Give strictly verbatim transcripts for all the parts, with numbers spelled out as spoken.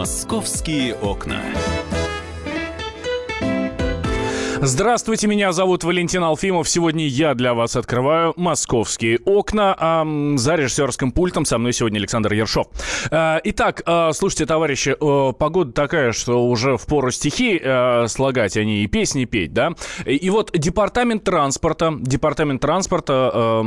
«Московские окна». Здравствуйте, меня зовут Валентин Алфимов. Сегодня я для вас открываю «Московские окна». А за режиссерским пультом со мной сегодня Александр Ершов. Итак, слушайте, товарищи, погода такая, что уже впору стихи слагать, а не и песни петь, да? И вот департамент транспорта, департамент транспорта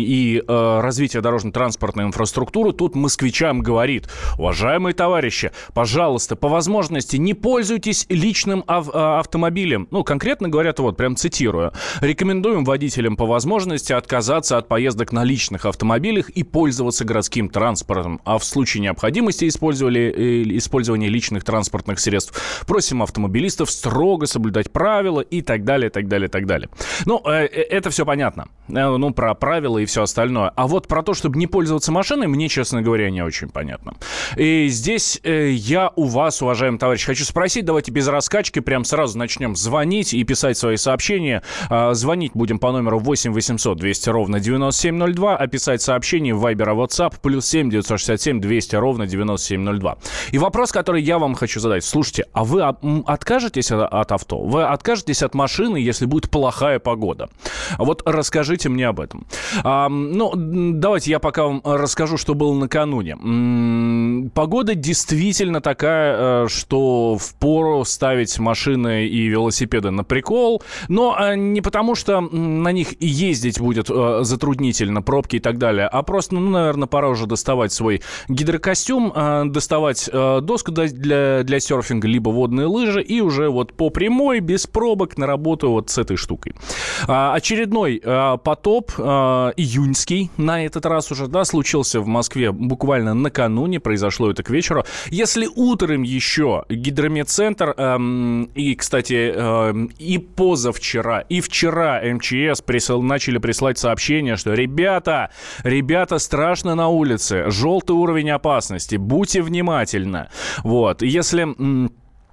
и развития дорожно-транспортной инфраструктуры тут москвичам говорит: уважаемые товарищи, пожалуйста, по возможности не пользуйтесь личным ав- автомобилем. Ну, конкретно говорят, вот, прям цитирую: рекомендуем водителям по возможности отказаться от поездок на личных автомобилях и пользоваться городским транспортом. А в случае необходимости использовали, использования личных транспортных средств просим автомобилистов строго соблюдать правила и так далее, так далее, так далее. Ну, э, это все понятно. Э, ну, про правила и все остальное. А вот про то, чтобы не пользоваться машиной, мне, честно говоря, не очень понятно. И здесь э, я у вас, уважаемые товарищи, хочу спросить, давайте без раскачки прям сразу начнем звонить и писать свои сообщения. А, звонить будем по номеру восемь восемьсот двести ровно девяносто семь ноль два, а писать сообщения в Viber, WhatsApp плюс семь девятьсот шестьдесят семь двести ровно девяносто семь ноль два. И вопрос, который я вам хочу задать. Слушайте, а вы откажетесь от, от авто? Вы откажетесь от машины, если будет плохая погода? Вот расскажите мне об этом. А, ну, давайте я пока вам расскажу, что было накануне. М-м, погода действительно такая, что впору ставить машины и велосипеды на прикол, но а, не потому, что на них ездить будет а, затруднительно, пробки и так далее, а просто, ну, наверное, пора уже доставать свой гидрокостюм, а, доставать а, доску для, для серфинга, либо водные лыжи, и уже вот по прямой, без пробок, на работу вот с этой штукой. А, очередной а, потоп, а, июньский, на этот раз уже, да, случился в Москве буквально накануне, произошло это к вечеру. Если утром еще гидрометцентр, а, и, кстати, а, и позавчера, и вчера МЧС присыл, начали присылать сообщения, что ребята, ребята, страшно на улице, желтый уровень опасности, будьте внимательны. Вот, если...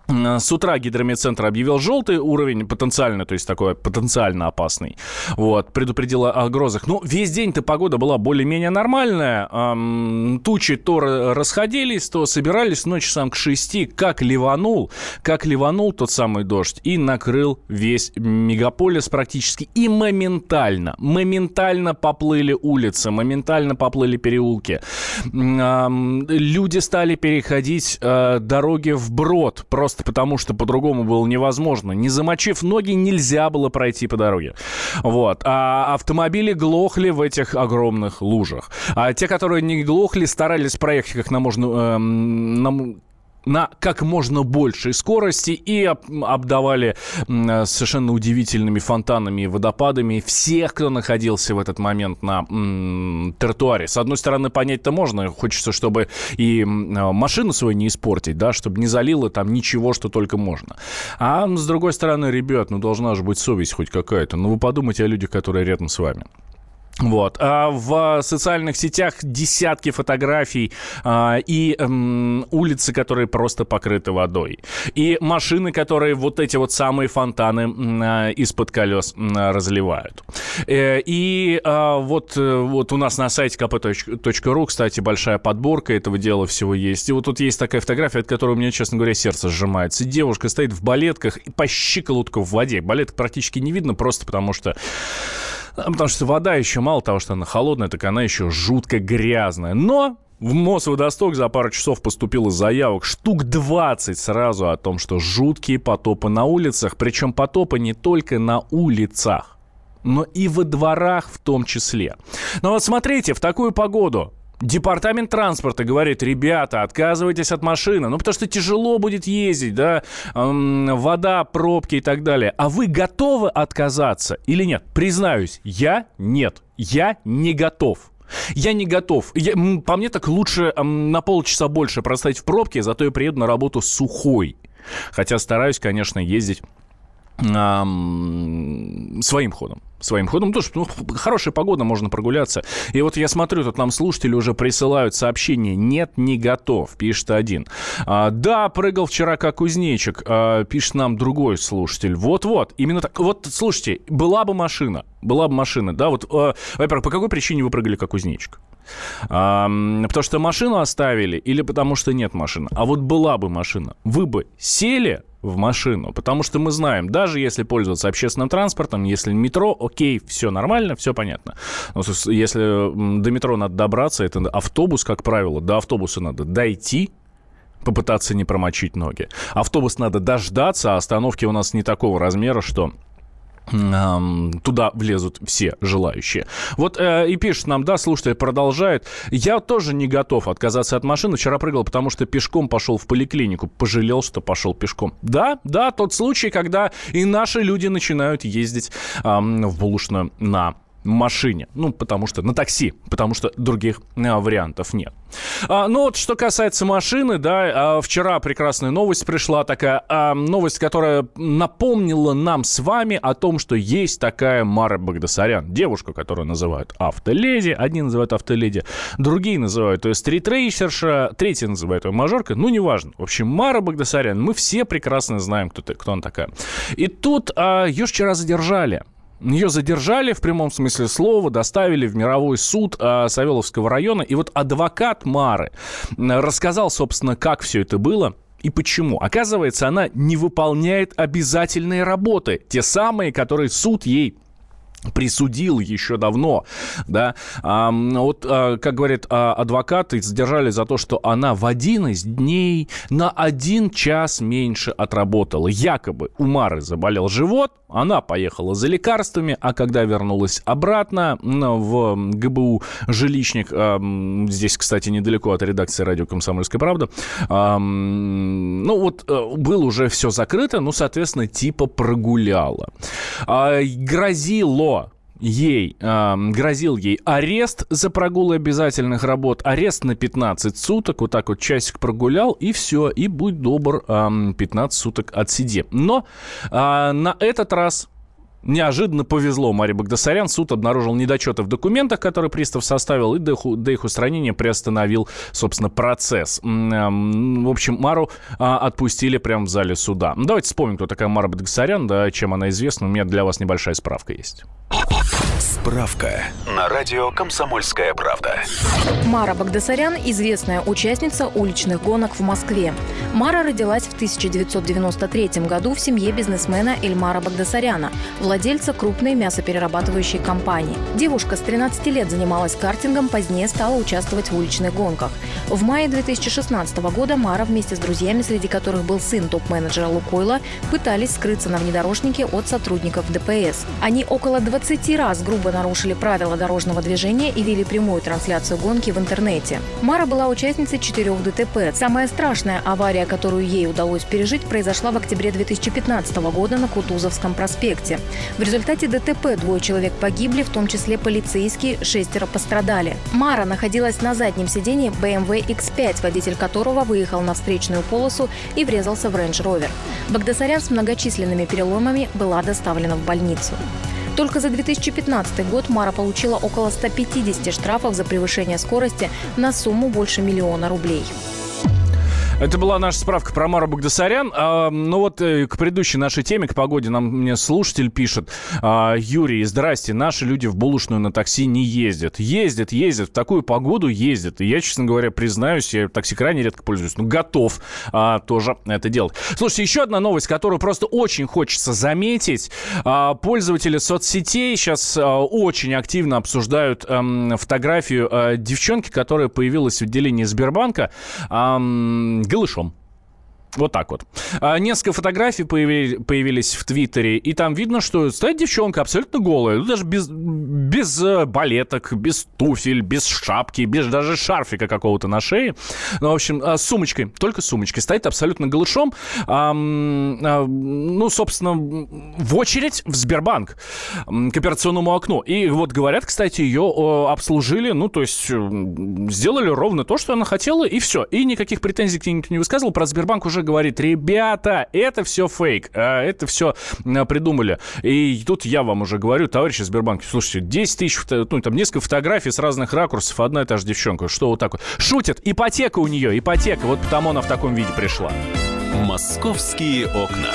С утра гидрометцентр объявил желтый уровень потенциально, то есть такой потенциально опасный. Вот, предупредил о грозах. Ну, весь день-то погода была более-менее нормальная. Эм, тучи то расходились, то собирались. Ночь часам к шести, как ливанул, как ливанул тот самый дождь и накрыл весь мегаполис практически. И моментально, моментально поплыли улицы, моментально поплыли переулки. Эм, люди стали переходить э, дороги вброд, просто потому что по-другому было невозможно. Не замочив ноги, нельзя было пройти по дороге. Вот. А автомобили глохли в этих огромных лужах. А те, которые не глохли, старались проехать как на можно... Э, на... на как можно большей скорости и обдавали совершенно удивительными фонтанами и водопадами всех, кто находился в этот момент на м- тротуаре. С одной стороны, понять-то можно. Хочется, чтобы и машину свою не испортить, да, чтобы не залило там ничего, что только можно. А с другой стороны, ребят, ну должна же быть совесть хоть какая-то. Ну вы подумайте о людях, которые рядом с вами. Вот. А в социальных сетях десятки фотографий а, и м, улицы, которые просто покрыты водой. И машины, которые вот эти вот самые фонтаны а, из-под колес а, разливают. Э, и а, вот, вот у нас на сайте ка пэ точка ру, кстати, большая подборка этого дела всего есть. И вот тут есть такая фотография, от которой у меня, честно говоря, сердце сжимается. Девушка стоит в балетках и по щиколотку в воде. Балеток практически не видно, просто потому что... Потому что вода еще, мало того, что она холодная, так она еще жутко грязная. Но в Мосводосток за пару часов поступило заявок штук двадцать сразу о том, что жуткие потопы на улицах. Причем потопы не только на улицах, но и во дворах в том числе. Но вот смотрите, в такую погоду... Департамент транспорта говорит: ребята, отказывайтесь от машины, ну, потому что тяжело будет ездить, да, эм, вода, пробки и так далее. А вы готовы отказаться или нет? Признаюсь, я нет, я не готов. Я не готов. Я, по мне так лучше эм, на полчаса больше простоять в пробке, зато я приеду на работу сухой. Хотя стараюсь, конечно, ездить эм, своим ходом. Своим ходом тоже, ну, хорошая погода, можно прогуляться. И вот я смотрю, тут нам слушатели уже присылают сообщение: нет, не готов, пишет один. А, да, прыгал вчера как кузнечик, а, пишет нам другой слушатель. Вот-вот, именно так. Вот, слушайте, была бы машина, была бы машина, да, вот, а, во-первых, по какой причине вы прыгали как кузнечик? А, потому что машину оставили или потому что нет машины? А вот была бы машина, вы бы сели в машину? Потому что мы знаем, даже если пользоваться общественным транспортом, если метро, окей, все нормально, все понятно. Но если до метро надо добраться, это автобус, как правило, до автобуса надо дойти, попытаться не промочить ноги. Автобус надо дождаться, а остановки у нас не такого размера, что туда влезут все желающие. Вот э, и пишет нам, да, слушатель продолжает. Я тоже не готов отказаться от машины. Вчера прыгал, потому что пешком пошел в поликлинику. Пожалел, что пошел пешком. Да, да, тот случай, когда и наши люди начинают ездить э, в Булушную на машине. Ну, потому что на такси, потому что других а, вариантов нет. А, ну, вот что касается машины, да, а, вчера прекрасная новость пришла, такая а, новость, которая напомнила нам с вами о том, что есть такая Мара Багдасарян, девушка, которую называют автоледи, одни называют автоледи, другие называют ее стритрейсерша, третьи называют ее мажоркой, ну, неважно. В общем, Мара Багдасарян, мы все прекрасно знаем, кто, кто она такая. И тут а, ее вчера задержали. Ее задержали в прямом смысле слова, доставили в мировой суд а, Савеловского района. И вот адвокат Мары рассказал, собственно, как все это было и почему. Оказывается, она не выполняет обязательные работы, те самые, которые суд ей присудил еще давно, да, а, вот, а, как говорит а, адвокат, задержали за то, что она в одиннадцать дней на один час меньше отработала. Якобы у Мары заболел живот, она поехала за лекарствами, а когда вернулась обратно в ГБУ «Жилищник», а, здесь, кстати, недалеко от редакции радио «Комсомольская правда», а, ну вот было уже все закрыто, ну, соответственно, типа прогуляла. А, грозило Ей, э, грозил ей арест за прогул обязательных работ, арест на пятнадцать суток, вот так вот часик прогулял, и все, и будь добр, э, пятнадцать суток отсиди. Но э, на этот раз неожиданно повезло Маре Багдасарян. Суд обнаружил недочеты в документах, которые пристав составил, и до, до их устранения приостановил, собственно, процесс. В общем, Мару а, отпустили прямо в зале суда. Давайте вспомним, кто такая Мара Багдасарян, да, чем она известна. У меня для вас небольшая справка есть. Справка на радио «Комсомольская правда». Мара Багдасарян – известная участница уличных гонок в Москве. Мара родилась в тысяча девятьсот девяносто третьем году в семье бизнесмена Эльмара Багдасаряна, владельца крупной мясоперерабатывающей компании. Девушка с тринадцати лет занималась картингом, позднее стала участвовать в уличных гонках. В мае две тысячи шестнадцатого года Мара вместе с друзьями, среди которых был сын топ-менеджера «Лукойла», пытались скрыться на внедорожнике от сотрудников ДПС. Они около двадцати раз грубо нарушили правила дорожного движения и вели прямую трансляцию гонки в интернете. Мара была участницей четырех ДТП. Самая страшная авария, которую ей удалось пережить, произошла в октябре две тысячи пятнадцатого года на Кутузовском проспекте. В результате ДТП двое человек погибли, в том числе полицейские, шестеро пострадали. Мара находилась на заднем сидении бэ эм вэ икс пять, водитель которого выехал на встречную полосу и врезался в Range Rover. Багдасарян с многочисленными переломами была доставлена в больницу. Только за две тысячи пятнадцатый год Мара получила около ста пятидесяти штрафов за превышение скорости на сумму больше миллиона рублей. Это была наша справка про Мару Багдасарян. А, ну вот э, к предыдущей нашей теме, к погоде, нам мне слушатель пишет. А, Юрий, здрасте, наши люди в Булушную на такси не ездят. Ездят, ездят, в такую погоду ездят. И я, честно говоря, признаюсь, я такси крайне редко пользуюсь, но готов а, тоже это делать. Слушайте, еще одна новость, которую просто очень хочется заметить. А, пользователи соцсетей сейчас а, очень активно обсуждают а, фотографию а, девчонки, которая появилась в отделении Сбербанка а, голышом. Вот так вот. А, несколько фотографий появились, появились в Твиттере, и там видно, что стоит девчонка абсолютно голая, даже без, без э, балеток, без туфель, без шапки, без даже шарфика какого-то на шее. Ну, в общем, э, с сумочкой, только с сумочкой. Стоит абсолютно голышом. А, а, ну, собственно, в очередь в Сбербанк к операционному окну. И вот, говорят, кстати, ее э, обслужили, ну, то есть э, сделали ровно то, что она хотела, и все. И никаких претензий к ней никто не высказывал. Про Сбербанк уже говорит: ребята, это все фейк, это все придумали. И тут я вам уже говорю, товарищи Сбербанки, слушайте, десять тысяч, ну, там несколько фотографий с разных ракурсов, одна и та же девчонка, что вот так вот. Шутят, ипотека у нее, ипотека, вот потому она в таком виде пришла. Московские окна.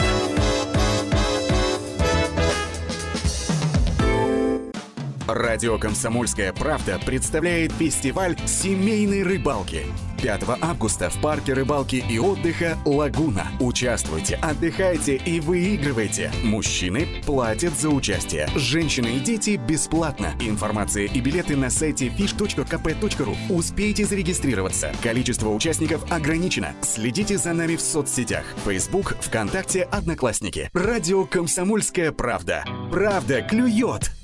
Радио «Комсомольская правда» представляет фестиваль семейной рыбалки. пятого августа в парке рыбалки и отдыха «Лагуна». Участвуйте, отдыхайте и выигрывайте. Мужчины платят за участие. Женщины и дети бесплатно. Информация и билеты на сайте фиш точка ка пэ точка ру. Успейте зарегистрироваться. Количество участников ограничено. Следите за нами в соцсетях. Facebook, ВКонтакте, Одноклассники. Радио «Комсомольская правда». Правда клюет!